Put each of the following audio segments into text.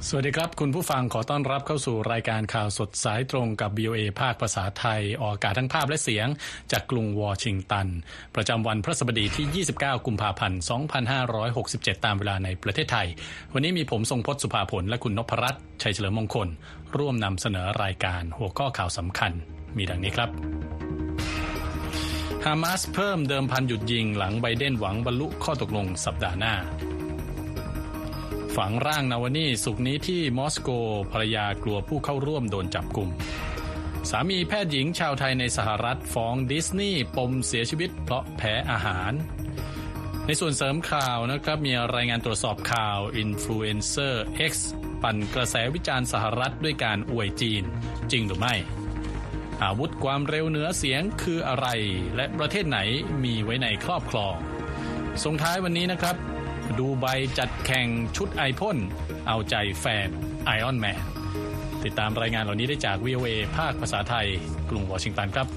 สวัสดีครับคุณผู้ฟังขอต้อนรับเข้าสู่รายการข่าวสดสายตรงกับ VOA ภาคภาษาไทยออกอากาศทั้งภาพและเสียงจากกรุงวอชิงตันประจำวันพฤหัสบดีที่29กุมภาพันธ์2567ตามเวลาในประเทศไทยวันนี้มีผมทรงพจน์สุภาผลและคุณนพรัตน์ชัยเฉลิมมงคลร่วมนำเสนอรายการหัวข้อข่าวสำคัญมีดังนี้ครับฮามาสเพิ่มเดิมพันหยุดยิงหลังไบเดนหวังบรรลุข้อตกลงสัปดาห์หน้าฝังร่างนาวานีสุกนี้ที่มอสโกภรรยากลัวผู้เข้าร่วมโดนจับกุมสามีแพทย์หญิงชาวไทยในสหรัฐฟ้องดิสนีย์ปมเสียชีวิตเพราะแพ้อาหารในส่วนเสริมข่าวนะครับมีรายงานตรวจสอบข่าวอินฟลูเอนเซอร์ X ปั่นกระแสวิจารณ์สหรัฐด้วยการอวยจีนจริงหรือไม่อาวุธความเร็วเหนือเสียงคืออะไรและประเทศไหนมีไว้ในครอบครองส่งท้ายวันนี้นะครับดูไบจัดแข่งชุดไอพ่นเอาใจแฟนไอออนแมนติดตามรายงานเหล่านี้ได้จาก VOA ภาคภาษาไทยกรุงวอชิงตันครับ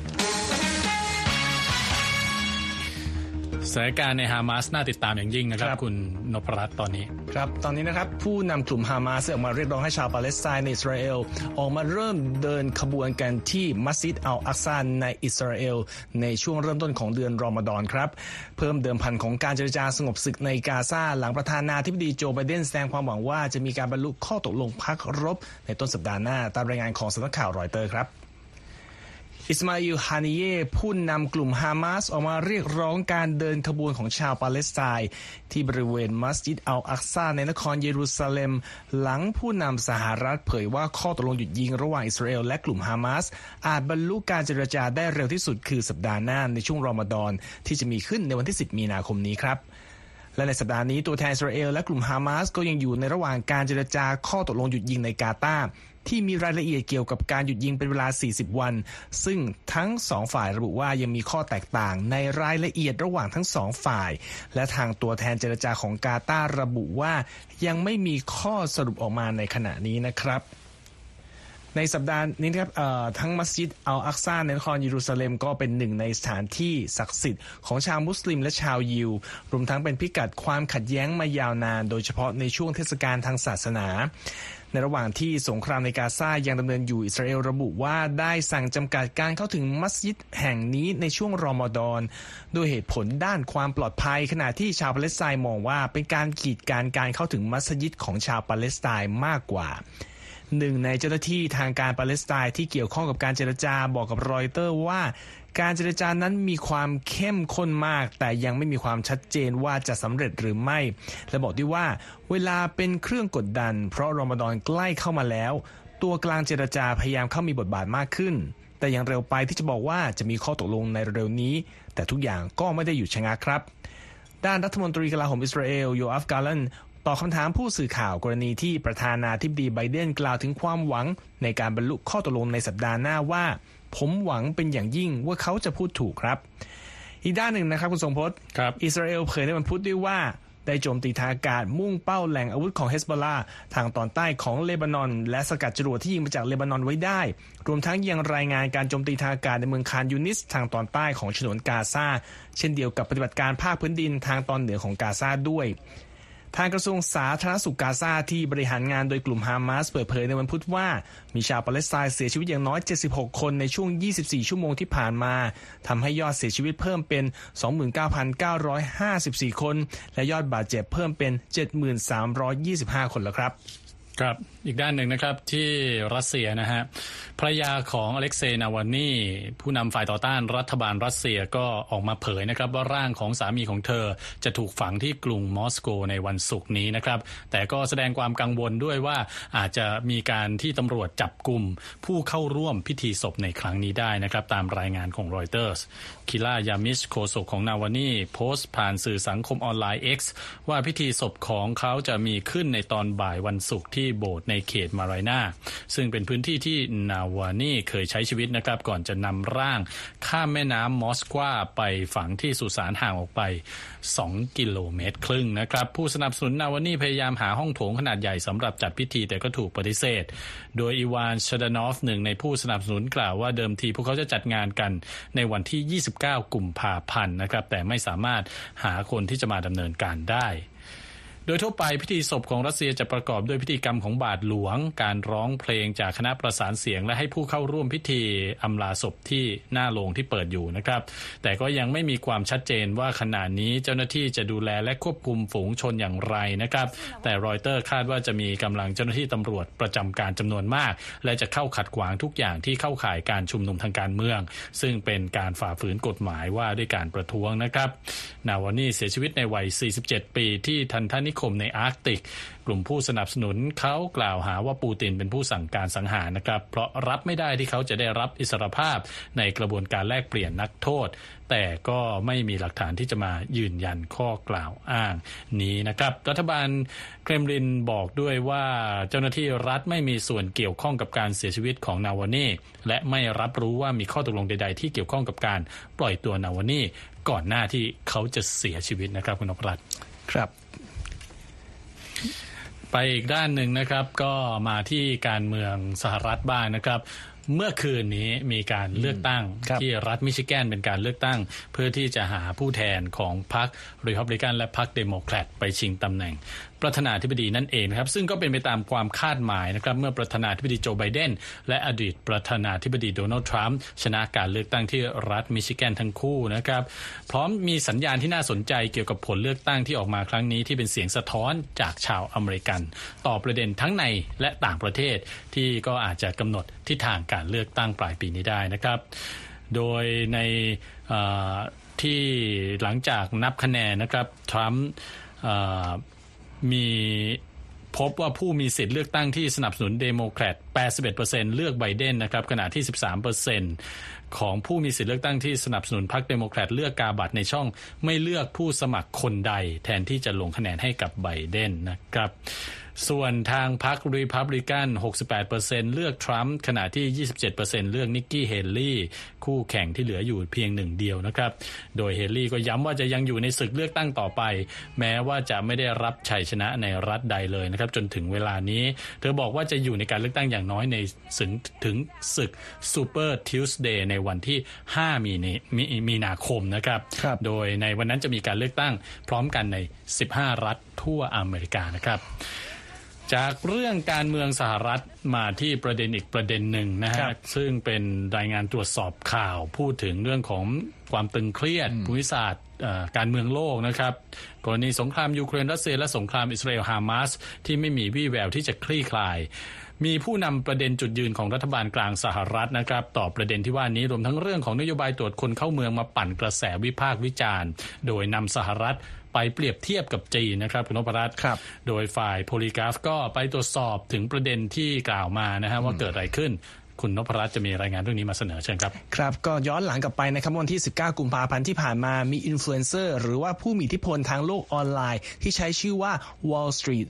สถานการณ์ในฮามาสน่าติดตามอย่างยิ่งนะครับคุณนพรัตน์ตอนนี้ครับตอนนี้นะครับผู้นำกลุ่มฮามาสออกมาเรียกร้องให้ชาวปาเลสไตน์ในอิสราเอลออกมาเริ่มเดินขบวนกันที่มัสยิดอัลอักซาในอิสราเอลในช่วงเริ่มต้นของเดือนรอมฎอนครับเพิ่มเดิมพันของการเจรจาสงบศึกในกาซาหลังประธานาธิบดีโจไบเดนแสดงความหวังว่าจะมีการบรรลุข้อตกลงพักรบในต้นสัปดาห์หน้าตามรายงานของสำนักข่าวรอยเตอร์ครับอิสมาอิล ฮานิเย่ผู้นำกลุ่มฮามาสออกมาเรียกร้องการเดินขบวนของชาวปาเลสไตน์ที่บริเวณมัสยิดอัลอักซาในนครเยรูซาเล็มหลังผู้นำสหรัฐเผยว่าข้อตกลงหยุดยิงระหว่างอิสราเอลและกลุ่มฮามาสอาจบรรลุการเจรจาได้เร็วที่สุดคือสัปดาห์หน้าในช่วงรอมฎอนที่จะมีขึ้นในวันที่10มีนาคมนี้ครับและในสัปดาห์นี้ตัวแทนอิสราเอลและกลุ่มฮามาสก็ยังอยู่ในระหว่างการเจรจาข้อตกลงหยุดยิงในกาตาร์ที่มีรายละเอียดเกี่ยวกับการหยุดยิงเป็นเวลา40วันซึ่งทั้ง2ฝ่ายระบุว่ายังมีข้อแตกต่างในรายละเอียดระหว่างทั้ง2ฝ่ายและทางตัวแทนเจรจาของกาตาร์ระบุว่ายังไม่มีข้อสรุปออกมาในขณะนี้นะครับในสัปดาห์นี้ครับทั้งมัสยิดอัลอักซาในนครเยรูซาเล็มก็เป็นหนึ่งในสถานที่ศักดิ์สิทธิ์ของชาวมุสลิมและชาวยิวรวมทั้งเป็นพิกัดความขัดแย้งมายาวนานโดยเฉพาะในช่วงเทศกาลทางศาสนาในระหว่างที่สงครามในกาซายังดำเนินอยู่อิสราเอลระบุว่าได้สั่งจำกัดการเข้าถึงมัสยิดแห่งนี้ในช่วงรอมฎอนด้วยเหตุผลด้านความปลอดภัยขณะที่ชาวปาเลสไตน์มองว่าเป็นการกีดกันการเข้าถึงมัสยิดของชาวปาเลสไตน์มากกว่าหนึ่งในเจ้าหน้าที่ทางการปาเลสไตน์ที่เกี่ยวข้องกับการเจรจาบอกกับรอยเตอร์ว่าการเจรจานั้นมีความเข้มข้นมากแต่ยังไม่มีความชัดเจนว่าจะสำเร็จหรือไม่และบอกด้วยว่าเวลาเป็นเครื่องกดดันเพราะรอมฎอนใกล้เข้ามาแล้วตัวกลางเจรจาพยายามเข้ามีบทบาทมากขึ้นแต่ยังเร็วไปที่จะบอกว่าจะมีข้อตกลงในเร็วนี้แต่ทุกอย่างก็ไม่ได้หยุดชะงักครับด้านรัฐมนตรีกลาโหมอิสราเอลโยอาฟ กาลันตอบคำถามผู้สื่อข่าวกรณีที่ประธานาธิบดีไบเดนกล่าวถึงความหวังในการบรรลุข้อตกลงในสัปดาห์หน้าว่าผมหวังเป็นอย่างยิ่งว่าเขาจะพูดถูกครับอีกด้านหนึ่งนะครับคุณทรงพจน์อิสราเอลเผยในวันพุธด้วยว่าได้โจมตีทางอากาศมุ่งเป้าแหล่งอาวุธของเฮสบอลลาห์ทางตอนใต้ของเลบานอนและสกัดจรวดที่ยิงมาจากเลบานอนไว้ได้รวมทั้งยังรายงานการโจมตีทางอากาศในเมืองคานยูนิสทางตอนใต้ของฉนวนกาซาเช่นเดียวกับปฏิบัติการภาคพื้นดินทางตอนเหนือของกาซาด้วยทางกระทรวงสาธารณสุขกาซาที่บริหารงานโดยกลุ่มฮามาสเปิดเผยในวันพุธว่ามีชาวปาเลสไตน์เสียชีวิตอย่างน้อย76คนในช่วง24ชั่วโมงที่ผ่านมาทำให้ยอดเสียชีวิตเพิ่มเป็น 29,954 คนและยอดบาดเจ็บเพิ่มเป็น 7,325 คนแล้วครับครับอีกด้านหนึ่งนะครับที่รัสเซียนะฮะภรรยาของอเล็กเซย์นาวานีผู้นำฝ่ายต่อต้านรัฐบาลรัสเซียก็ออกมาเผยนะครับว่าร่างของสามีของเธอจะถูกฝังที่กรุงมอสโกในวันศุกร์นี้นะครับแต่ก็แสดงความกังวลด้วยว่าอาจจะมีการที่ตำรวจจับกุมผู้เข้าร่วมพิธีศพในครั้งนี้ได้นะครับตามรายงานของรอยเตอร์สคิลายามิชโฆษกของนาวานีโพสต์ผ่านสื่อสังคมออนไลน์ X ว่าพิธีศพของเขาจะมีขึ้นในตอนบ่ายวันศุกร์ที่โบสถ์ในเขตมาไรนาซึ่งเป็นพื้นที่ที่นาวานีเคยใช้ชีวิตนะครับก่อนจะนำร่างข้ามแม่น้ำมอสกวาไปฝังที่สุสานห่างออกไป2 กิโลเมตรครึ่งนะครับผู้สนับสนุนนาวานีพยายามหาห้องโถงขนาดใหญ่สำหรับจัดพิธีแต่ก็ถูกปฏิเสธโดยอีวานชาดานอฟหนึ่งในผู้สนับสนุนกล่าวว่าเดิมทีพวกเขาจะจัดงานกันในวันที่29กุมภาพันธ์นะครับแต่ไม่สามารถหาคนที่จะมาดำเนินการได้โดยทั่วไปพิธีศพของรัสเซียจะประกอบด้วยพิธีกรรมของบาทหลวงการร้องเพลงจากคณะประสานเสียงและให้ผู้เข้าร่วมพิธีอำลาศพที่หน้าโรงที่เปิดอยู่นะครับแต่ก็ยังไม่มีความชัดเจนว่าขณะนี้เจ้าหน้าที่จะดูแลและควบคุมฝูงชนอย่างไรนะครับแต่รอยเตอร์คาดว่าจะมีกำลังเจ้าหน้าที่ตำรวจประจำการจำนวนมากและจะเข้าขัดขวางทุกอย่างที่เข้าข่ายการชุมนุมทางการเมืองซึ่งเป็นการฝ่าฝืนกฎหมายว่าด้วยการประท้วงนะครับนาวานีเสียชีวิตในวัย47ปีที่ทันทนิคมในอาร์กติกกลุ่มผู้สนับสนุนเขากล่าวหาว่าปูตินเป็นผู้สั่งการสังหารนะครับเพราะรับไม่ได้ที่เขาจะได้รับอิสรภาพในกระบวนการแลกเปลี่ยนนักโทษแต่ก็ไม่มีหลักฐานที่จะมายืนยันข้อกล่าวอ้างนี้นะครับรัฐบาลเครมลินบอกด้วยว่าเจ้าหน้าที่รัฐไม่มีส่วนเกี่ยวข้องกับการเสียชีวิตของนาวานีและไม่รับรู้ว่ามีข้อตกลงใดๆที่เกี่ยวข้องกับการปล่อยตัวนาวานีก่อนหน้าที่เขาจะเสียชีวิตนะครับคุณนพรัตน์ครับไปอีกด้านหนึ่งนะครับก็มาที่การเมืองสหรัฐบ้างนะครับเมื่อคืนนี้มีการเลือกตั้งที่รัฐมิชิแกนเป็นการเลือกตั้งเพื่อที่จะหาผู้แทนของพรรครีพับลิกันและพรรคเดโมแครตไปชิงตำแหน่งประธานาธิบดีนั่นเองนะครับซึ่งก็เป็นไปตามความคาดหมายนะครับเมื่อประธานาธิบดีโจไบเดนและอดีตประธานาธิบดีโดนัลด์ทรัมป์ชนะการเลือกตั้งที่รัฐมิชิแกนทั้งคู่นะครับพร้อมมีสัญญาณที่น่าสนใจเกี่ยวกับผลเลือกตั้งที่ออกมาครั้งนี้ที่เป็นเสียงสะท้อนจากชาวอเมริกันต่อประเด็นทั้งในและต่างประเทศที่ก็อาจจะกำหนดทิศทางการเลือกตั้งปลายปีนี้ได้นะครับโดยในที่หลังจากนับคะแนนนะครับทรัมป์มีพบว่าผู้มีสิทธิ์เลือกตั้งที่สนับสนุนเดโมแครต 81% เลือกไบเดนนะครับขณะที่ 13% ของผู้มีสิทธิ์เลือกตั้งที่สนับสนุนพรรคเดโมแครตเลือกกาบัตรในช่องไม่เลือกผู้สมัครคนใดแทนที่จะลงคะแนนให้กับไบเดนนะครับส่วนทางพรรครีพับลิกัน 68% เลือกทรัมป์ขณะที่ 27% เลือกนิกกี้เฮลี่คู่แข่งที่เหลืออยู่เพียงหนึ่งเดียวนะครับโดยเฮลี่ก็ย้ำว่าจะยังอยู่ในศึกเลือกตั้งต่อไปแม้ว่าจะไม่ได้รับชัยชนะในรัฐใดเลยนะครับจนถึงเวลานี้เธอบอกว่าจะอยู่ในการเลือกตั้งอย่างน้อยในถึงศึกซูเปอร์ทิวส์เดย์ในวันที่5 มีนาคมนะครับโดยในวันนั้นจะมีการเลือกตั้งพร้อมกันใน15รัฐทั่วอเมริกานะครับจากเรื่องการเมืองสหรัฐมาที่ประเด็นอีกประเด็นหนึ่งนะฮะซึ่งเป็นรายงานตรวจสอบข่าวพูดถึงเรื่องของความตึงเครียดภูมิศาสตร์การเมืองโลกนะครับกรณีสงครามยูเครนรัสเซียและสงครามอิสราเอลฮามาสที่ไม่มีวี่แววที่จะคลี่คลายมีผู้นำประเด็นจุดยืนของรัฐบาลกลางสหรัฐนะครับต่อประเด็นที่ว่านี้รวมทั้งเรื่องของนโยบายตรวจคนเข้าเมืองมาปั่นกระแสวิพากษ์วิจารณ์โดยนำสหรัฐไปเปรียบเทียบกับจีนนะครับคุณนพรัตน์โดยฝ่ายโพลีกราฟก็ไปตรวจสอบถึงประเด็นที่กล่าวมานะฮะว่าเกิดอะไรขึ้นคุณนพรัตน์จะมีรายงานเรื่องนี้มาเสนอเชิญครับครับก็ย้อนหลังกลับไปนะครับวันที่19กุมภาพันธ์ที่ผ่านมามีอินฟลูเอนเซอร์หรือว่าผู้มีอิทธิพลทางโลกออนไลน์ที่ใช้ชื่อว่า Wall Street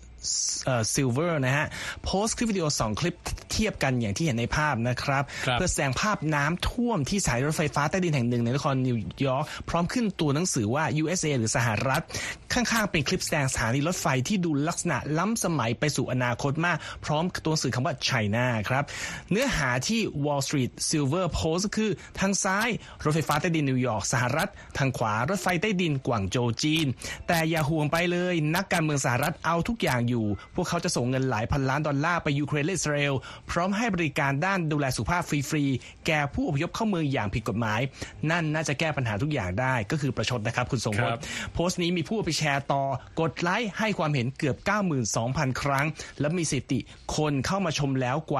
Silver นะฮะโพสต์คลิปวิดีโอ2คลิปเทียบกันอย่างที่เห็นในภาพนะครับเพื่อแสดงภาพน้ำท่วมที่สถานีรถไฟฟ้าใต้ดินแห่งหนึ่งในนครนิวยอร์กพร้อมขึ้นตัวหนังสือว่า USA หรือสหรัฐข้างๆเป็นคลิปแสดงสถานีรถไฟที่ดูลักษณะล้ำสมัยไปสู่อนาคตมากพร้อมตัวหนังสือคำว่า China ครับเนื้อหาที่ Wall Street Silver โพสต์คือทางซ้ายรถไฟฟ้าใต้ดินนิวยอร์กสหรัฐทางขวารถไฟใต้ดินกวางโจวจีนแต่อย่าห่วงไปเลยนักการเมืองสหรัฐเอาทุกอย่างอยู่พวกเขาจะส่งเงินหลายพันล้านดอลลาร์ไปยูเครนและอิสราเอลพร้อมให้บริการด้านดูแลสุขภาพฟรีๆแก่ผู้อพยพเข้าเมืองอย่างผิดกฎหมายนั่นน่าจะแก้ปัญหาทุกอย่างได้ก็คือประชดนะครับคุณทรงพจน์โพสต์นี้มีผู้ไปแชร์ต่อกดไลค์ให้ความเห็นเกือบ 92,000 ครั้งและมีสถิติคนเข้ามาชมแล้วกว่า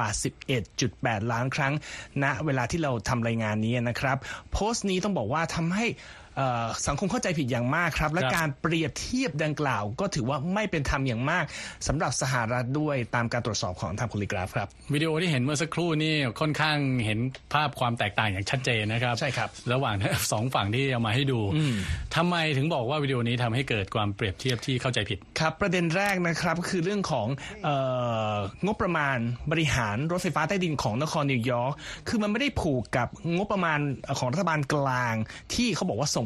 11.8 ล้านครั้งณเวลาที่เราทำรายงานนี้นะครับโพสต์นี้ต้องบอกว่าทำให้สังคมเข้าใจผิดอย่างมากครับและการเปรียบเทียบดังกล่าวก็ถือว่าไม่เป็นธรรมอย่างมากสำหรับสหรัฐด้วยตามการตรวจสอบของทางโพลีกราฟครับวิดีโอที่เห็นเมื่อสักครู่นี่ค่อนข้างเห็นภาพความแตกต่างอย่างชัดเจนนะครับใช่ครับระหว่างสองฝั่งที่เอามาให้ดูทำไมถึงบอกว่าวิดีโอนี้ทำให้เกิดความเปรียบเทียบที่เข้าใจผิดครับประเด็นแรกนะครับคือเรื่องของงบประมาณบริหารรถไฟฟ้าใต้ดินของนครนิวยอร์กคือมันไม่ได้ผูกกับงบประมาณของรัฐบาลกลางที่เขาบอกว่าส่ง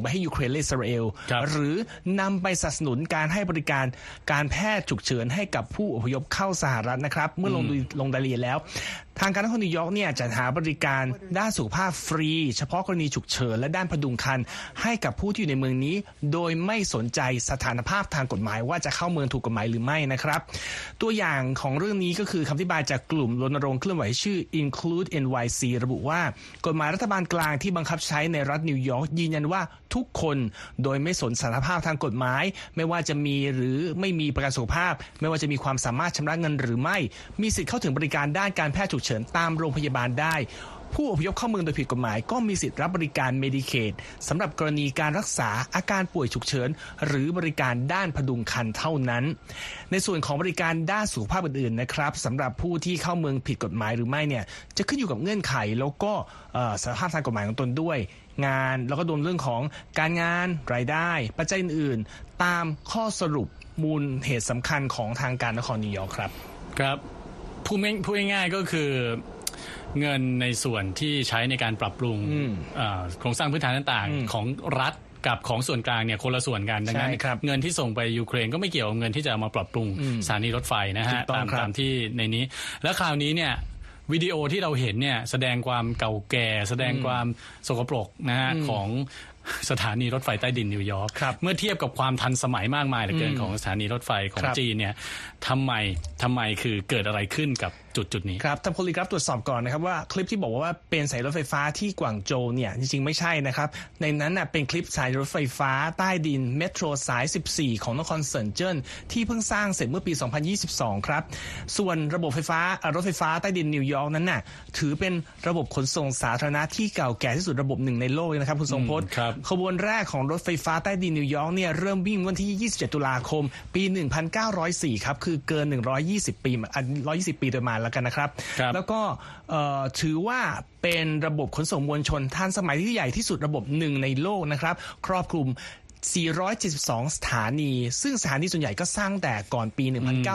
ไปให้ยูเครนและอิสราเอลหรือนำไปสนับสนุนการให้บริการการแพทย์ฉุกเฉินให้กับผู้อพยพเข้าสหรัฐนะครับเมื่อลงรายละเอียดแล้วทางการนครนิวยอร์กเนี่ยจัดหาบริการด้านสุขภาพฟรีเฉพาะกรณีฉุกเฉินและด้านพดุงครรภ์ให้กับผู้ที่อยู่ในเมืองนี้โดยไม่สนใจสถานภาพทางกฎหมายว่าจะเข้าเมืองถูกกฎหมายหรือไม่นะครับตัวอย่างของเรื่องนี้ก็คือคำอธิบายจากกลุ่มรณรงค์เคลื่อนไหวชื่อ Include NYC ระบุว่ากฎหมายรัฐบาลกลางที่บังคับใช้ในรัฐนิวยอร์กยืนยันว่าทุกคนโดยไม่สนสถานภาพทางกฎหมายไม่ว่าจะมีหรือไม่มีประกันสุขภาพไม่ว่าจะมีความสามารถชำระเงินหรือไม่มีสิทธิ์เข้าถึงบริการด้านการแพทย์ฉุกเฉินตามโรงพยาบาลได้ผู้อพยพเข้าเมืองโดยผิดกฎหมายก็มีสิทธิ์รับบริการเมดิเคดสำหรับกรณีการรักษาอาการป่วยฉุกเฉินหรือบริการด้านพดุงครรภ์เท่านั้นในส่วนของบริการด้านสุขภาพอื่นๆนะครับสำหรับผู้ที่เข้าเมืองผิดกฎหมายหรือไม่เนี่ยจะขึ้นอยู่กับเงื่อนไขแล้วก็สภาพทางกฎหมายของตนด้วยงานแล้วก็รวมเรื่องของการงานรายได้ปัจจัยอื่นๆตามข้อสรุปมูลเหตุสำคัญของทางการนครนิวยอร์กครับครับพูดง่ายๆก็คือเงินในส่วนที่ใช้ในการปรับปรุงโครงสร้างพื้นฐานต่างๆของรัฐกับของส่วนกลางเนี่ยคนละส่วนกันดังนั้นเงินที่ส่งไปยูเครนก็ไม่เกี่ยวกับเงินที่จะเอามาปรับปรุงสถานีรถไฟนะฮะตามที่ในนี้แล้วคราวนี้เนี่ยวิดีโอที่เราเห็นเนี่ยแสดงความเก่าแก่แสดงความสกปรกนะฮะของสถานีรถไฟใต้ดินนิวยอร์กเมื่อเทียบกับความทันสมัยมากมายเหลือเกินของสถานีรถไฟของจีนเนี่ยทำไมคือเกิดอะไรขึ้นกับจุดนี้ครับทางโพลีกราฟตรวจสอบก่อนนะครับว่าคลิปที่บอกว่าเป็นสายรถไฟฟ้าที่กวางโจวเนี่ยจริงๆไม่ใช่นะครับในนั้นน่ะเป็นคลิปสายรถไฟฟ้าใต้ดินเมโทรสาย14ของนครเซินเจิ้นที่เพิ่งสร้างเสร็จเมื่อปี 2022 ครับส่วนระบบไฟฟ้ารถไฟฟ้าใต้ดินนิวยอร์กนั้นน่ะถือเป็นระบบขนส่งสาธารณะที่เก่าแก่ที่สุดระบบหนึ่งในโลกนะครับคุณทรงพจน์ขบวนแรกของรถไฟฟ้าใต้ดินนิวยอร์กเนี่ยเริ่มวิ่งวันที่27ตุลาคมปี 1904 ครับคือเกิน120 ปี120 ปีโดยมาแล้วกันนะครับแล้วก็ถือว่าเป็นระบบขนส่งมวลชนทันสมัยที่ใหญ่ที่สุดระบบหนึ่งในโลกนะครับครอบคลุม472 สถานีซึ่งสถานีส่วนใหญ่ก็สร้างแต่ก่อนปี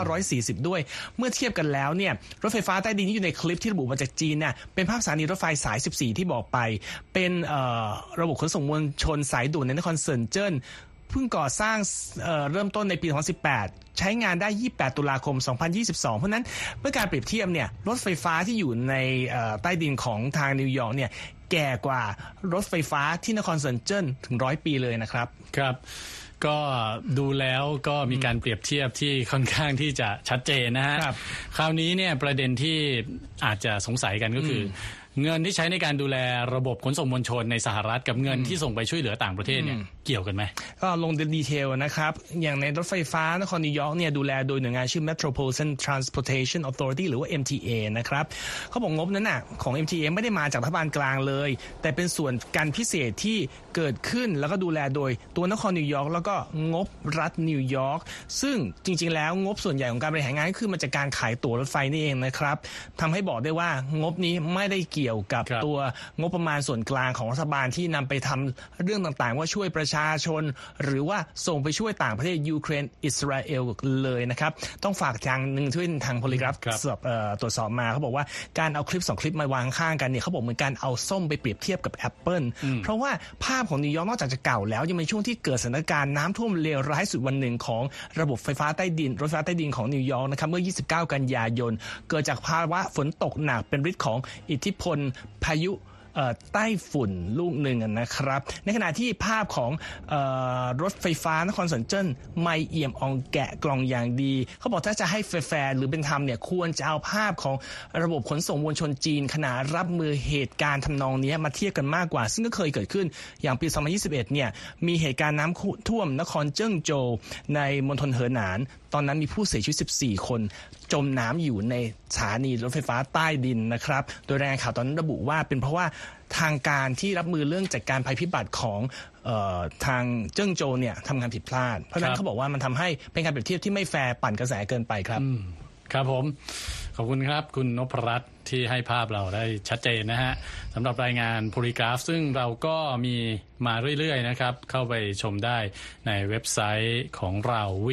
1940 ด้วยเมื่อเทียบกันแล้วเนี่ยรถไฟฟ้าใต้ดินที่อยู่ในคลิปที่ระบุมาจากจีนเนี่ยเป็นภาพสถานีรถไฟสาย 14 ที่บอกไปเป็นระบบขนส่งมวลชนสายด่วนในนครเซินเจิ้นเพิ่งก่อสร้างเริ่มต้นในปี 2018 ใช้งานได้ 28 ตุลาคม 2022 เพราะนั้นเมื่อการเปรียบเทียบเนี่ยรถไฟฟ้าที่อยู่ในใต้ดินของทางนิวยอร์กเนี่ยแก่กว่ารถไฟฟ้าที่นครเซินเจิ้นถึง100 ปีเลยนะครับครับก็ดูแล้วก็มีการเปรียบเทียบที่ค่อนข้างที่จะชัดเจนนะฮะคราวนี้เนี่ยประเด็นที่อาจจะสงสัยกันก็คือเงินที่ใช้ในการดูแลระบบขนส่งมวลชนในสหรัฐกับเงินที่ส่งไปช่วยเหลือต่างประเทศเนี่ยเกี่ยวกันไหมก็ลงดีเทลนะครับอย่างในรถไฟฟ้านครนิวยอร์กเนี่ยดูแลโดยหน่วยงานชื่อ Metropolitan Transportation Authority หรือว่า MTA นะครับเขาบอกงบนั้นน่ะของ MTA ไม่ได้มาจากรัฐบาลกลางเลยแต่เป็นส่วนการพิเศษที่เกิดขึ้นแล้วก็ดูแลโดยตัวนครนิวยอร์กแล้วก็งบรัฐนิวยอร์กซึ่งจริงๆแล้วงบส่วนใหญ่ของการบริหารงานก็คือมาจากการขายตั๋วรถไฟนี่เองนะครับทำให้บอกได้ว่างบนี้ไม่ได้เกี่ยวกับตัวงบประมาณส่วนกลางของรัฐบาลที่นำไปทำเรื่องต่างๆว่าช่วยประชาชนหรือว่าส่งไปช่วยต่างประเทศยูเครนอิสราเอลเลยนะครับต้องฝากทางนึงที่ทางโพลีกราฟตรวจสอบมาเขาบอกว่าการเอาคลิป2คลิปมาวางข้างกันเนี่ยเขาบอกเหมือนการเอาส้มไปเปรียบเทียบกับ Apple เพราะว่าภาพของนิวยอร์กนอกจากจะเก่าแล้วยังเป็นช่วงที่เกิดสถานการณ์น้ำท่วมเลวร้ายสุดวันหนึ่งของระบบไฟฟ้าใต้ดินรถไฟฟ้าใต้ดินของนิวยอร์กนะครับเมื่อ29 กันยายนเกิดจากภาวะฝนตกหนักเป็นฤทธิ์ของอิทธิพลพายุใต้ฝุ่นลูกหนึ่งนะครับในขณะที่ภาพของรถไฟฟ้านครเซินเจิ้นไม่เอี่ยมอองแกะกล่องอย่างดีเขาบอกถ้าจะให้แฟร์หรือเป็นธรรมเนี่ยควรจะเอาภาพของระบบขนส่งมวลชนจีนขณะรับมือเหตุการณ์ทำนองนี้มาเทียบกันมากกว่าซึ่งก็เคยเกิดขึ้นอย่างปี 2021 เนี่ยมีเหตุการณ์น้ำท่วมนครเจิ้งโจวในมณฑลเหอหนานตอนนั้นมีผู้เสียชีวิต14 คนจมน้ำอยู่ในสถานีรถไฟฟ้าใต้ดินนะครับโดยรายงานข่าวตอนนั้นระบุว่าเป็นเพราะว่าทางการที่รับมือเรื่องจัดการภัยพิบัติของทางเจิ้งโจวเนี่ยทำงานผิดพลาดเพราะฉะนั้นเขาบอกว่ามันทำให้เป็นการเปรียบเทียบที่ไม่แฟร์ปั่นกระแสเกินไปครับครับผมขอบคุณครับคุณนพรัตน์ที่ให้ภาพเราได้ชัดเจนนะฮะสำหรับรายงานโพลีกราฟซึ่งเราก็มีมาเรื่อยๆนะครับเข้าไปชมได้ในเว็บไซต์ของเรา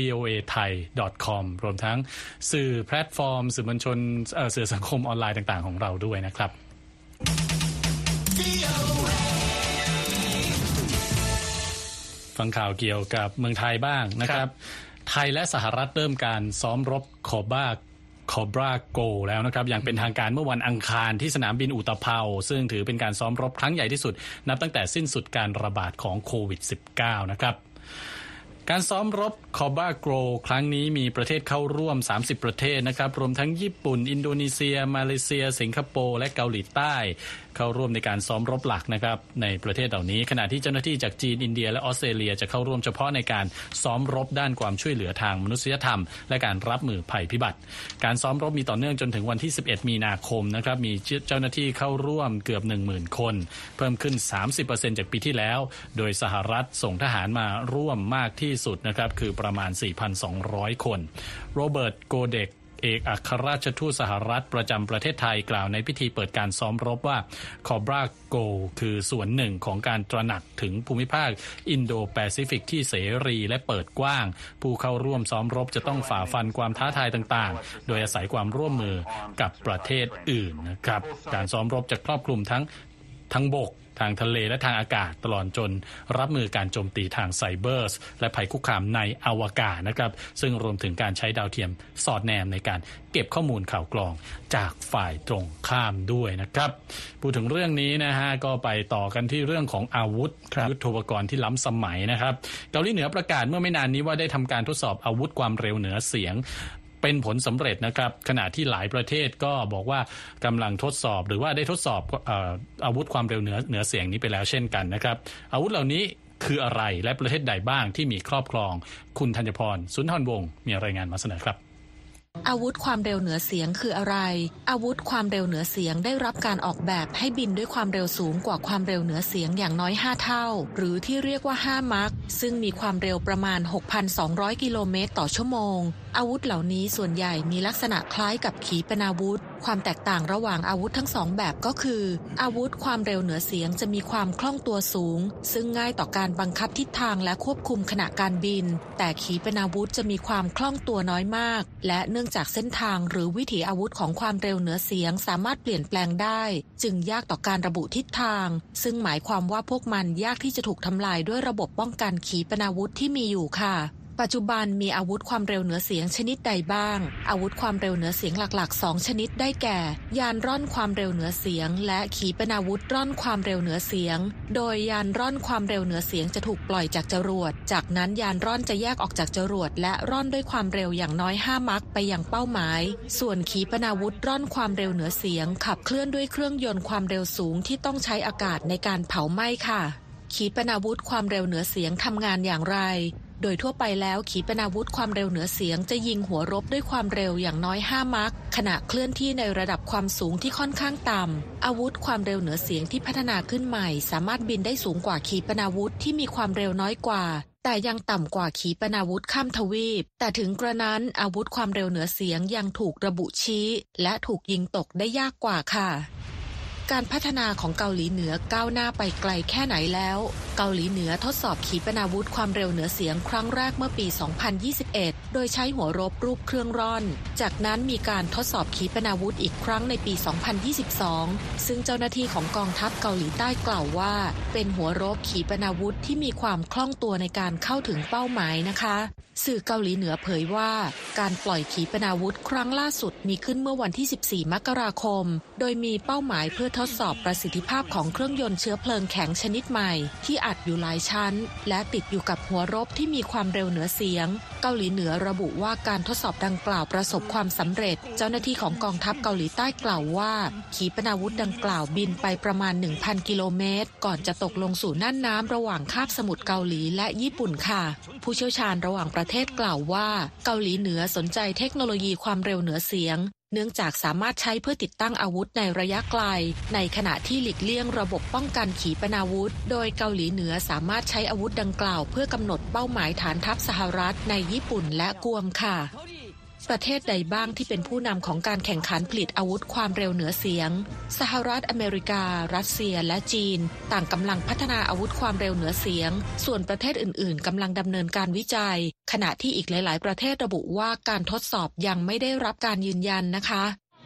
voathai.com รวมทั้งสื่อแพลตฟอร์มสื่อมวลชนสื่อสังคมออนไลน์ต่างๆของเราด้วยนะครับฟังข่าวเกี่ยวกับเมืองไทยบ้างนะครับไทยและสหรัฐเริ่มการซ้อมรบคอบราโกแล้วนะครับอย่างเป็นทางการเมื่อวันอังคารที่สนามบินอุตภเปาซึ่งถือเป็นการซ้อมรบครั้งใหญ่ที่สุดนับตั้งแต่สิ้นสุดการระบาดของโควิด -19 นะครับการซ้อมรบคอบราโกครั้งนี้มีประเทศเข้าร่วม30ประเทศนะครับรวมทั้งญี่ปุ่นอินโดนีเซียมาเลเซียสิงคโปร์และเกาหลีใต้เข้าร่วมในการซ้อมรบหลักนะครับในประเทศเหล่านี้ขณะที่เจ้าหน้าที่จากจีนอินเดียและออสเตรเลียจะเข้าร่วมเฉพาะในการซ้อมรบด้านความช่วยเหลือทางมนุษยธรรมและการรับมือภัยพิบัติการซ้อมรบมีต่อเนื่องจนถึงวันที่11มีนาคมนะครับมีเจ้าหน้าที่เข้าร่วมเกือบ 10,000 คนเพิ่มขึ้น 30% จากปีที่แล้วโดยสหรัฐส่งทหารมาร่วมมากที่สุดนะครับคือประมาณ 4,200 คนโรเบิร์ตโกเด็กเอกอัครราชทูตสหรัฐประจำประเทศไทยกล่าวในพิธีเปิดการซ้อมรบว่าคอบราโกคือส่วนหนึ่งของการตระหนักถึงภูมิภาคอินโดแปซิฟิกที่เสรีและเปิดกว้างผู้เข้าร่วมซ้อมรบจะต้องฝ่าฟันความท้าทายต่างๆโดยอาศัยความร่วมมือกับประเทศอื่นนะครับการซ้อมรบจะครอบคลุมทั้งบกทางทะเลและทางอากาศตลอดจนรับมือการโจมตีทางไซเบอร์และภัยคุกคามในอวกาศนะครับซึ่งรวมถึงการใช้ดาวเทียมสอดแนมในการเก็บข้อมูลข่าวกรองจากฝ่ายตรงข้ามด้วยนะครับพูดถึงเรื่องนี้นะฮะก็ไปต่อกันที่เรื่องของอาวุธยุทโธปกรณ์ที่ล้ำสมัยนะครับเกาหลีเหนือประกาศเมื่อไม่นานนี้ว่าได้ทำการทดสอบอาวุธความเร็วเหนือเสียงเป็นผลสำเร็จนะครับขณะที่หลายประเทศก็บอกว่ากำลังทดสอบหรือว่าได้ทดสอบอาวุธความเร็วเหนือเสียงนี้ไปแล้วเช่นกันนะครับอาวุธเหล่านี้คืออะไรและประเทศใดบ้างที่มีครอบครองคุณธัญพรสุนทรวงศ์มีรายงานมาเสนอครับอาวุธความเร็วเหนือเสียงคืออะไรอาวุธความเร็วเหนือเสียงได้รับการออกแบบให้บินด้วยความเร็วสูงกว่าความเร็วเหนือเสียงอย่างน้อย5เท่าหรือที่เรียกว่า5มัคซึ่งมีความเร็วประมาณ 6,200 กิโลเมตรต่อชั่วโมงอาวุธเหล่านี้ส่วนใหญ่มีลักษณะคล้ายกับขีปนาวุธความแตกต่างระหว่างอาวุธทั้งสองแบบก็คืออาวุธความเร็วเหนือเสียงจะมีความคล่องตัวสูงซึ่งง่ายต่อการบังคับทิศทางและควบคุมขณะการบินแต่ขีปนาวุธจะมีความคล่องตัวน้อยมากและเนื่องจากเส้นทางหรือวิถีอาวุธของความเร็วเหนือเสียงสามารถเปลี่ยนแปลงได้จึงยากต่อการระบุทิศทางซึ่งหมายความว่าพวกมันยากที่จะถูกทำลายด้วยระบบป้องกันขีปนาวุธที่มีอยู่ค่ะปัจจุบันมีอาวุธความเร็วเหนือเสียงชนิดใดบ้างอาวุธความเร็วเหนือเสียงหลักๆ2ชนิดได้แก่ยานร่อนความเร็วเหนือเสียงและขีปนาวุธร่อนความเร็วเหนือเสียงโดยยานร่อนความเร็วเหนือเสียงจะถูกปล่อยจากจรวดจากนั้นยานร่อนจะแยกออกจากจรวดและร่อนด้วยความเร็วอย่างน้อย5มัคไปยังเป้าหมายส่วนขีปนาวุธร่อนความเร็วเหนือเสียงขับเคลื่อนด้วยเครื่องยนต์ความเร็วสูงที่ต้องใช้อากาศในการเผาไหม้ค่ะขีปนาวุธความเร็วเหนือเสียงทำงานอย่างไรโดยทั่วไปแล้วขีปนาวุธความเร็วเหนือเสียงจะยิงหัวรบด้วยความเร็วอย่างน้อย5มัคขณะเคลื่อนที่ในระดับความสูงที่ค่อนข้างต่ำอาวุธความเร็วเหนือเสียงที่พัฒนาขึ้นใหม่สามารถบินได้สูงกว่าขีปนาวุธที่มีความเร็วน้อยกว่าแต่ยังต่ำกว่าขีปนาวุธข้ามทวีปแต่ถึงกระนั้นอาวุธความเร็วเหนือเสียงยังถูกระบุชี้และถูกยิงตกได้ยากกว่าค่ะการพัฒนาของเกาหลีเหนือก้าวหน้าไปไกลแค่ไหนแล้วเกาหลีเหนือทดสอบขีปนาวุธความเร็วเหนือเสียงครั้งแรกเมื่อปี 2021 โดยใช้หัวรบรูปเครื่องร่อนจากนั้นมีการทดสอบขีปนาวุธอีกครั้งในปี 2022 ซึ่งเจ้าหน้าที่ของกองทัพเกาหลีใต้กล่าวว่าเป็นหัวรบขีปนาวุธที่มีความคล่องตัวในการเข้าถึงเป้าหมายนะคะสื่อเกาหลีเหนือเผยว่าการปล่อยขีปนาวุธครั้งล่าสุดมีขึ้นเมื่อวันที่ 14 มกราคมโดยมีเป้าหมายเพื่อทดสอบประสิทธิภาพของเครื่องยนต์เชื้อเพลิงแข็งชนิดใหม่ที่อัดอยู่หลายชั้นและติดอยู่กับหัวรบที่มีความเร็วเหนือเสียงเกาหลีเหนือระบุว่าการทดสอบดังกล่าวประสบความสำเร็จเจ้าหน้าที่ของกองทัพเกาหลีใต้กล่าวว่าขีปนาวุธดังกล่าวบินไปประมาณ 1,000 กิโลเมตรก่อนจะตกลงสู่น่านน้ำระหว่างคาบสมุทรเกาหลีและญี่ปุ่นค่ะผู้เชี่ยวชาญระหว่างประเทศกล่าวว่าเกาหลีเหนือสนใจเทคโนโลยีความเร็วเหนือเสียงเนื่องจากสามารถใช้เพื่อติดตั้งอาวุธในระยะไกลในขณะที่หลีกเลี่ยงระบบป้องกันขีปนาวุธโดยเกาหลีเหนือสามารถใช้อาวุธดังกล่าวเพื่อกำหนดเป้าหมายฐานทัพสหรัฐในญี่ปุ่นและกวมค่ะประเทศใดบ้างที่เป็นผู้นำของการแข่งขันผลิตอาวุธความเร็วเหนือเสียงสหรัฐอเมริการัสเซียและจีนต่างกำลังพัฒนาอาวุธความเร็วเหนือเสียงส่วนประเทศอื่นๆกำลังดำเนินการวิจัยขณะที่อีกหลายๆประเทศระบุว่าการทดสอบยังไม่ได้รับการยืนยันนะคะ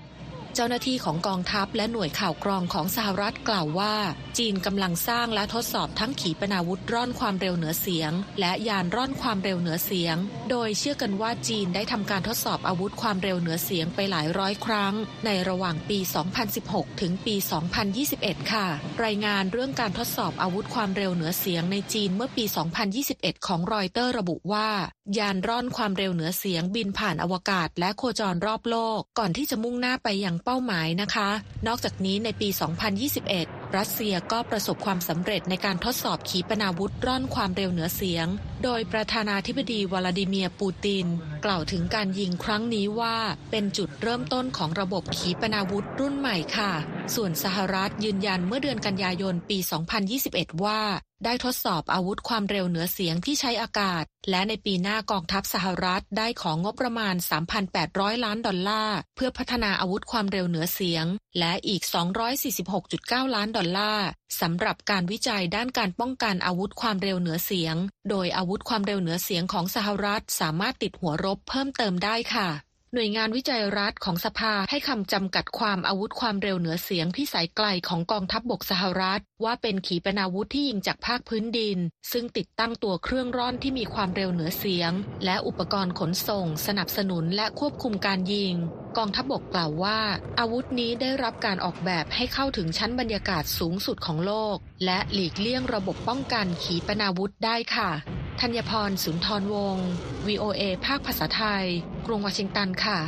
เจ้าหน้าที่ของกองทัพและหน่วยข่าวกรองของสหรัฐกล่าวว่าจีนกำลังสร้างและทดสอบทั้งขีปนาวุธร่อนความเร็วเหนือเสียงและยานร่อนความเร็วเหนือเสียงโดยเชื่อกันว่าจีนได้ทำการทดสอบอาวุธความเร็วเหนือเสียงไปหลายร้อยครั้งในระหว่างปี 2016 ถึงปี 2021 ค่ะรายงานเรื่องการทดสอบอาวุธความเร็วเหนือเสียงในจีนเมื่อปี 2021 ของรอยเตอร์ระบุว่ายานร่อนความเร็วเหนือเสียงบินผ่านอวกาศและโคจรรอบโลกก่อนที่จะมุ่งหน้าไปยังเป้าหมายนะคะนอกจากนี้ในปี 2021 รัสเซียก็ประสบความสำเร็จในการทดสอบขีปนาวุธร่อนความเร็วเหนือเสียงโดยประธานาธิบดีวลาดิเมียร์ปูตินกล่าวถึงการยิงครั้งนี้ว่าเป็นจุดเริ่มต้นของระบบขีปนาวุธรุ่นใหม่ค่ะส่วนสหรัฐยืนยันเมื่อเดือนกันยายนปี 2021 ว่าได้ทดสอบอาวุธความเร็วเหนือเสียงที่ใช้อากาศและในปีหน้ากองทัพสหรัฐได้ของงบประมาณ 3,800 ล้านดอลลาร์เพื่อพัฒนาอาวุธความเร็วเหนือเสียงและอีก 246.9 ล้านดอลลาร์สำหรับการวิจัยด้านการป้องกันอาวุธความเร็วเหนือเสียงโดยอาวุธความเร็วเหนือเสียงของสหรัฐสามารถติดหัวรบเพิ่มเติมได้ค่ะหน่วยงานวิจัยรัฐของสภาให้คำจำกัดความอาวุธความเร็วเหนือเสียงพิสัยไกลของกองทัพบกสหรัฐว่าเป็นขีปนาวุธที่ยิงจากภาคพื้นดินซึ่งติดตั้งตัวเครื่องร่อนที่มีความเร็วเหนือเสียงและอุปกรณ์ขนส่งสนับสนุนและควบคุมการยิงกองทัพบกกล่าวว่าอาวุธนี้ได้รับการออกแบบให้เข้าถึงชั้นบรรยากาศสูงสุดของโลกและหลีกเลี่ยงระบบป้องกันขีปนาวุธได้ค่ะธัญพร สุนทรวงศ์ VOA ภาคภาษาไทยกรุงวอชิงตันค่ะ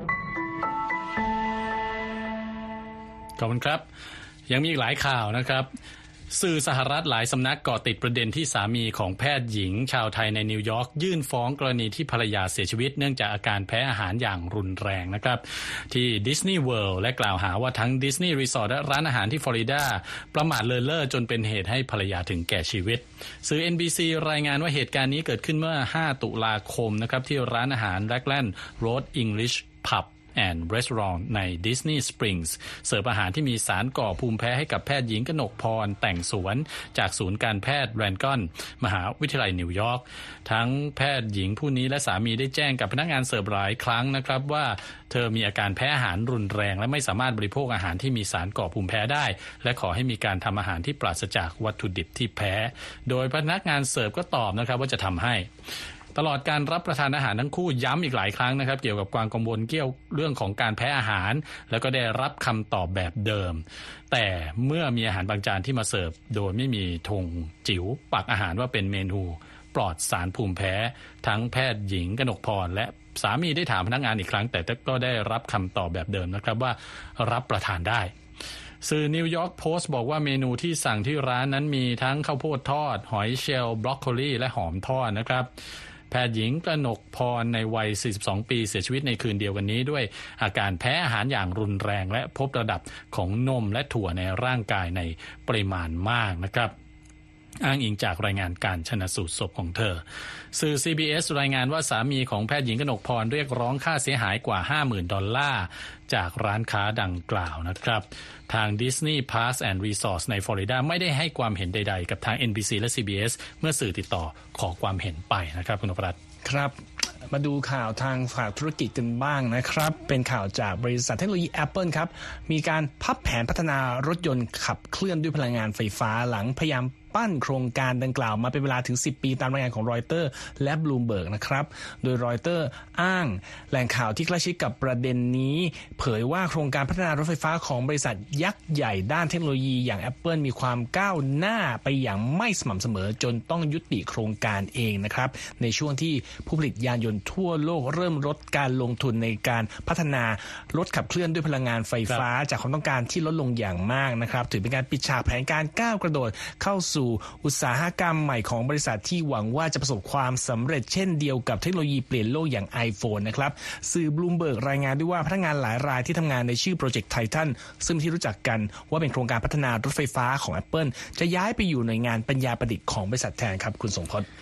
ขอบคุณครับยังมีอีกหลายข่าวนะครับสื่อสหรัฐหลายสำนักเกาะติดประเด็นที่สามีของแพทย์หญิงชาวไทยในนิวยอร์กยื่นฟ้องกรณีที่ภรรยาเสียชีวิตเนื่องจากอาการแพ้อาหารอย่างรุนแรงนะครับที่ดิสนีย์เวิลด์และกล่าวหาว่าทั้งดิสนีย์รีสอร์ทและร้านอาหารที่ฟลอริดาประมาทเลินเล่อจนเป็นเหตุให้ภรรยาถึงแก่ชีวิตสื่อ NBC รายงานว่าเหตุการณ์นี้เกิดขึ้นเมื่อ5 ตุลาคมนะครับที่ร้านอาหาร Raglan Road English Pub and Restaurant ใน Disney Springs เสิร์ฟอาหารที่มีสารก่อภูมิแพ้ให้กับแพทย์หญิงกนกพรแต่งสวนจากศูนย์การแพทย์แรนกอนมหาวิทยาลัยนิวยอร์กทั้งแพทย์หญิงผู้นี้และสามีได้แจ้งกับพนักงานเสิร์ฟหลายครั้งนะครับว่าเธอมีอาการแพ้อาหารรุนแรงและไม่สามารถบริโภคอาหารที่มีสารก่อภูมิแพ้ได้และขอให้มีการทำอาหารที่ปราศจากวัตถุดิบที่แพ้โดยพนักงานเสิร์ฟก็ตอบนะครับว่าจะทำให้ตลอดการรับประทานอาหารทั้งคู่ย้ำอีกหลายครั้งนะครับเกี่ยวกับความกังวลเกี่ยวเรื่องของการแพ้อาหารแล้วก็ได้รับคำตอบแบบเดิมแต่เมื่อมีอาหารบางจานที่มาเสิร์ฟโดยไม่มีธงจิ๋วปักอาหารว่าเป็นเมนูปลอดสารภูมิแพ้ทั้งแพทย์หญิงกนกพรและสามีได้ถามพนักงานอีกครั้งแต่ก็ได้รับคำตอบแบบเดิมนะครับว่ารับประทานได้สื่อนิวยอร์กโพสต์บอกว่าเมนูที่สั่งที่ร้านนั้นมีทั้งข้าวโพดทอดหอยเชลล์บรอกโคลีและหอมทอดนะครับแพทย์หญิงกนกพรในวัย42ปีเสียชีวิตในคืนเดียวกันนี้ด้วยอาการแพ้อาหารอย่างรุนแรงและพบระดับของนมและถั่วในร่างกายในปริมาณมากนะครับอ้างอิงจากรายงานการชันสูตรศพของเธอสื่อ CBS รายงานว่าสามีของแพทย์หญิงกนกพรเรียกร้องค่าเสียหายกว่า $50,000 จากร้านค้าดังกล่าวนะครับทาง Disney Parks and Resorts ในฟลอริดาไม่ได้ให้ความเห็นใดๆกับทาง NBC และ CBS เมื่อสื่อติดต่อขอความเห็นไปนะครับคุณนพรัตน์ครับมาดูข่าวทางฝ่ายธุรกิจกันบ้างนะครับเป็นข่าวจากบริษัทเทคโนโลยี Apple ครับมีการพับแผนพัฒนารถยนต์ขับเคลื่อนด้วยพลังงานไฟฟ้าหลังพยายามปั้นโครงการดังกล่าวมาเป็นเวลาถึง10 ปีตามรายงานของรอยเตอร์และบลูมเบิร์กนะครับโดยรอยเตอร์อ้างแหล่งข่าวที่ใกล้ชิดกับประเด็นนี้เผยว่าโครงการพัฒนารถไฟฟ้าของบริษัทยักษ์ใหญ่ด้านเทคโนโลยีอย่าง Apple มีความก้าวหน้าไปอย่างไม่สม่ำเสมอจนต้องยุติโครงการเองนะครับในช่วงที่ผู้ผลิตยานยนต์ทั่วโลกเริ่มลดการลงทุนในการพัฒนารถขับเคลื่อนด้วยพลังงานไฟฟ้าจากความต้องการที่ลดลงอย่างมากนะครับถือเป็นการปิดฉากแผนการก้าวกระโดดเข้าสู่อุตสาหกรรมใหม่ของบริษัทที่หวังว่าจะประสบความสำเร็จเช่นเดียวกับเทคโนโลยีเปลี่ยนโลกอย่าง iPhone นะครับสื่อบลูมเบิร์กรายงานด้วยว่าพนักงานหลายรายที่ทำงานในชื่อโปรเจกต์ไททันซึ่งที่รู้จักกันว่าเป็นโครงการพัฒนารถไฟฟ้าของ Apple จะย้ายไปอยู่หน่วยงานปัญญาประดิษฐ์ของบริษัทแทนครับคุณสมพจน์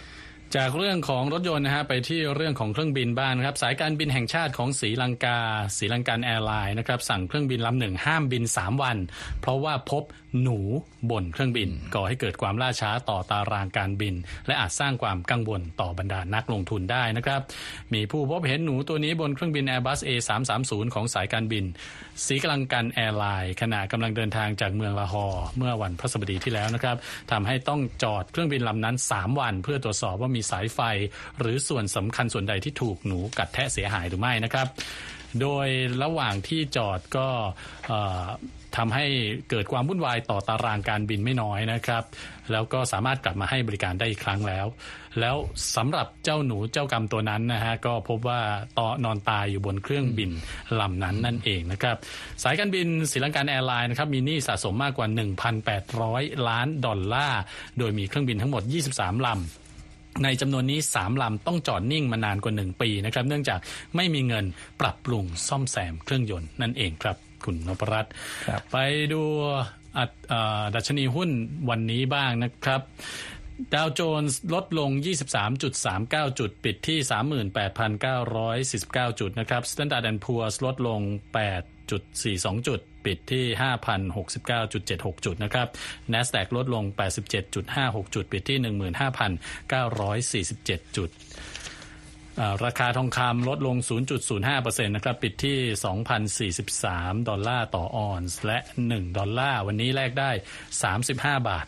จากเรื่องของรถยนต์นะฮะไปที่เรื่องของเครื่องบินบ้างนะครับสายการบินแห่งชาติของศรีลังกาแอร์ไลน์นะครับสั่งเครื่องบินลำหนึ่งห้ามบิน3วันเพราะว่าพบหนูบนเครื่องบินก่อให้เกิดความล่าช้าต่อตารางการบินและอาจสร้างความกังวลต่อบรรดานักลงทุนได้นะครับมีผู้พบเห็นหนูตัวนี้บนเครื่องบิน Airbus A330 ของสายการบินศรีลังกาแอร์ไลน์ขณะกำลังเดินทางจากเมืองลาฮอร์เมื่อวันพฤหัสบดีที่แล้วนะครับทำให้ต้องจอดเครื่องบินลำนั้น3วันเพื่อตรวจสอบว่ามีสายไฟหรือส่วนสำคัญส่วนใดที่ถูกหนูกัดแทะเสียหายหรือไม่นะครับโดยระหว่างที่จอดก็ทำให้เกิดความวุ่นวายต่อตารางการบินไม่น้อยนะครับแล้วก็สามารถกลับมาให้บริการได้อีกครั้งแล้วสำหรับเจ้าหนูเจ้ากรรมตัวนั้นนะฮะก็พบว่านอนตายอยู่บนเครื่องบินลำนั้นนั่นเองนะครับสายการบินศรีลังกาแอร์ไลน์นะครับมีหนี้สะสมมากกว่า 1,800 ล้านดอลลาร์โดยมีเครื่องบินทั้งหมด23ลำในจำนวนนี้3ลำต้องจอดนิ่งมานานกว่า1ปีนะครับเนื่องจากไม่มีเงินปรับปรุงซ่อมแซมเครื่องยนต์นั่นเองครับคุณนพรัตน์ไปดูดัชนีหุ้นวันนี้บ้างนะครับดาวโจนส์ลดลง 23.39 จุดปิดที่ 38,949 จุดนะครับ Standard & Poor's ลดลง 8.42 จุดปิดที่ 5,069.76 จุดนะครับ NASDAQ ลดลง 87.56 จุดปิดที่ 15,947 จุดราคาทองคำลดลง 0.05% นะครับปิดที่ 2,043 ดอลลาร์ต่อออนซ์และ1ดอลลาร์วันนี้แลกได้35 บาท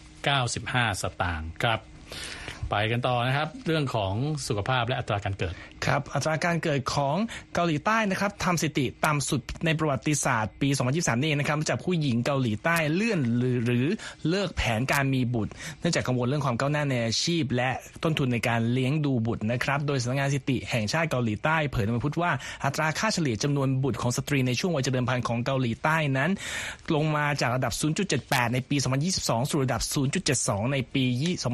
95 สตางค์ครับไปกันต่อนะครับเรื่องของสุขภาพและอัตราการเกิดครับอัตราการเกิดของเกาหลีใต้นะครับทำสถิติต่ำสุดในประวัติศาสตร์ปี 2023 นี่นะครับจากผู้หญิงเกาหลีใต้เลื่อนหรือเลิกแผนการมีบุตรเนื่องจากกังวลเรื่องความก้าวหน้าในอาชีพและต้นทุนในการเลี้ยงดูบุตรนะครับโดยสำนักงานสถิติแห่งชาติเกาหลีใต้เผยในวันพุธว่าอัตราค่าเฉลี่ยจำนวนบุตรของสตรีในช่วงวัยเจริญพันธุ์ของเกาหลีใต้นั้นลงมาจากระดับ 0.78 ในปี 2022 สู่ระดับ 0.72 ในปี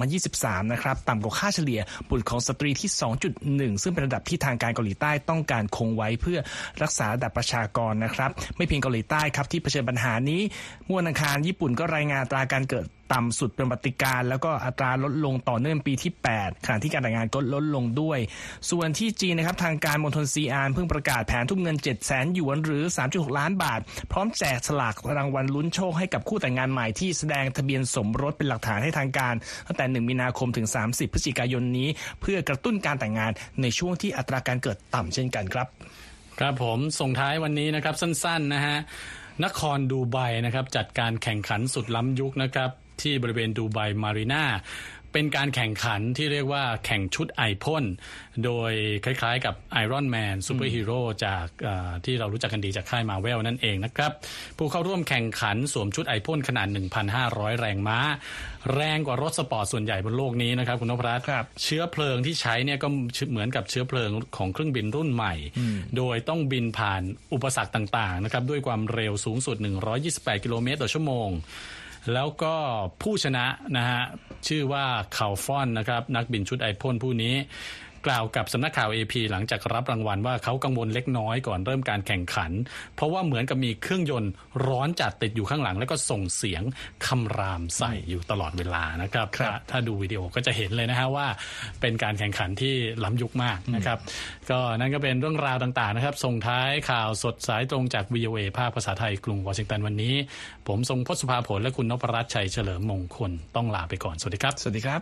2023 นะครับต่ำกว่าค่าเฉลี่ยบุตรของสตรีที่ 2.1 ซึ่งเป็นระดับที่ทางการเกาหลีใต้ต้องการคงไว้เพื่อรักษาระดับประชากรนะครับไม่เพียงเกาหลีใต้ครับที่เผชิญปัญหานี้เมื่อวันอังคารญี่ปุ่นก็รายงานอัตราการเกิดต่ำสุดเป็นประวัติการแล้วก็อัตราลดลงต่อเนื่องปีที่8ขณะที่การแต่งงานก็ลดลงด้วยส่วนที่จีนนะครับทางการมณฑลซีอานเพิ่งประกาศแผนทุ่มเงิน 700,000 หยวนหรือ 3.6 ล้านบาทพร้อมแจกสลากรางวัลลุ้นโชคให้กับคู่แต่งงานใหม่ที่แสดงทะเบียนสมรสเป็นหลักฐานให้ทางการตั้งแต่1มีนาคมถึง30พฤศจิกายนนี้เพื่อกระตุ้นการแต่งงานในช่วงที่อัตราการเกิดต่ำเช่นกันครับครับผมส่งท้ายวันนี้นะครับสั้นๆนะฮะนครดูไบนะครับจัดการแข่งขันสุดล้ำยุคนะครับที่บริเวณดูไบมารีนาเป็นการแข่งขันที่เรียกว่าแข่งชุดไอพ่นโดยคล้ายๆกับไอรอนแมนซูเปอร์ฮีโร่จากที่เรารู้จักกันดีจากค่ายมาเวลนั่นเองนะครับผู้เข้าร่วมแข่งขันสวมชุดไอพ่นขนาด 1,500 แรงม้าแรงกว่ารถสปอร์ตส่วนใหญ่บนโลกนี้นะครับคุณนพรัตน์เชื้อเพลิงที่ใช้เนี่ยก็เหมือนกับเชื้อเพลิงของเครื่องบินรุ่นใหม่โดยต้องบินผ่านอุปสรรคต่างๆนะครับด้วยความเร็วสูงสุด128กิโลเมตรต่อชั่วโมงแล้วก็ผู้ชนะนะฮะชื่อว่าคาลฟอนนะครับนักบินชุดไอพ่นผู้นี้กล่าวกับสำนักข่าว AP หลังจากรับรางวัลว่าเขากังวลเล็กน้อยก่อนเริ่มการแข่งขันเพราะว่าเหมือนกับมีเครื่องยนต์ร้อนจัดติดอยู่ข้างหลังแล้วก็ส่งเสียงคำรามใส่อยู่ตลอดเวลานะครับถ้าดูวิดีโอก็จะเห็นเลยนะฮะว่าเป็นการแข่งขันที่ล้ำยุคมากนะครับก็นั่นก็เป็นเรื่องราวต่างๆนะครับส่งท้ายข่าวสดสายตรงจาก VOA ภาคภาษาไทยกรุงวอชิงตันวันนี้ผมทรงพจน์สุภาผลและคุณนพรัตน์ชัยเฉลิมมงคลต้องลาไปก่อนสวัสดีครับสวัสดีครับ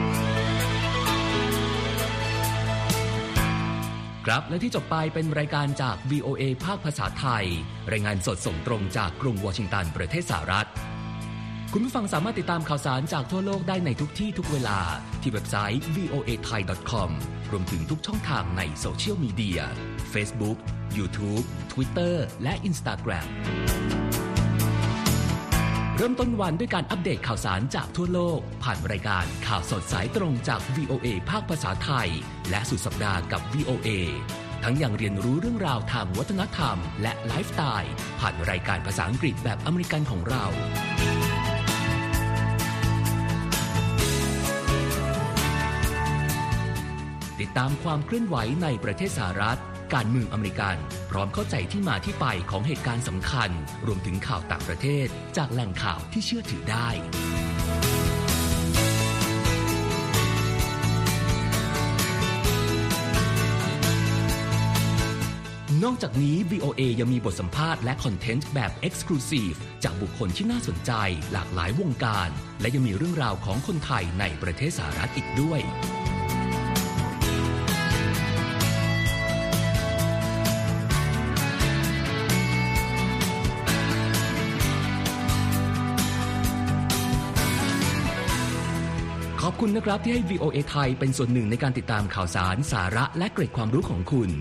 ครับและที่จบไปเป็นรายการจาก VOA ภาคภาษาไทยรายงานสดส่งตรงจากกรุงวอชิงตันประเทศสหรัฐคุณผู้ฟังสามารถติดตามข่าวสารจากทั่วโลกได้ในทุกที่ทุกเวลาที่เว็บไซต์ voathai.com รวมถึงทุกช่องทางในโซเชียลมีเดีย Facebook, YouTube, Twitter และ Instagramเริ่มต้นวันด้วยการอัปเดตข่าวสารจากทั่วโลกผ่านรายการข่าวสดสายตรงจาก VOA ภาคภาษาไทยและสุดสัปดาห์กับ VOA ทั้งยังเรียนรู้เรื่องราวทางวัฒนธรรมและไลฟ์สไตล์ผ่านรายการภาษาอังกฤษแบบอเมริกันของเราติดตามความเคลื่อนไหวในประเทศสหรัฐการเมืองอเมริกันพร้อมเข้าใจที่มาที่ไปของเหตุการณ์สำคัญรวมถึงข่าวต่างประเทศจากแหล่งข่าวที่เชื่อถือได้นอกจากนี้ VOA ยังมีบทสัมภาษณ์และคอนเทนต์แบบ Exclusive จากบุคคลที่น่าสนใจหลากหลายวงการและยังมีเรื่องราวของคนไทยในประเทศสหรัฐอีกด้วยขอบคุณนะครับที่ให้ VOA ไทยเป็นส่วนหนึ่งในการติดตามข่าวสารสาระและเกร็ดความรู้ของคุณ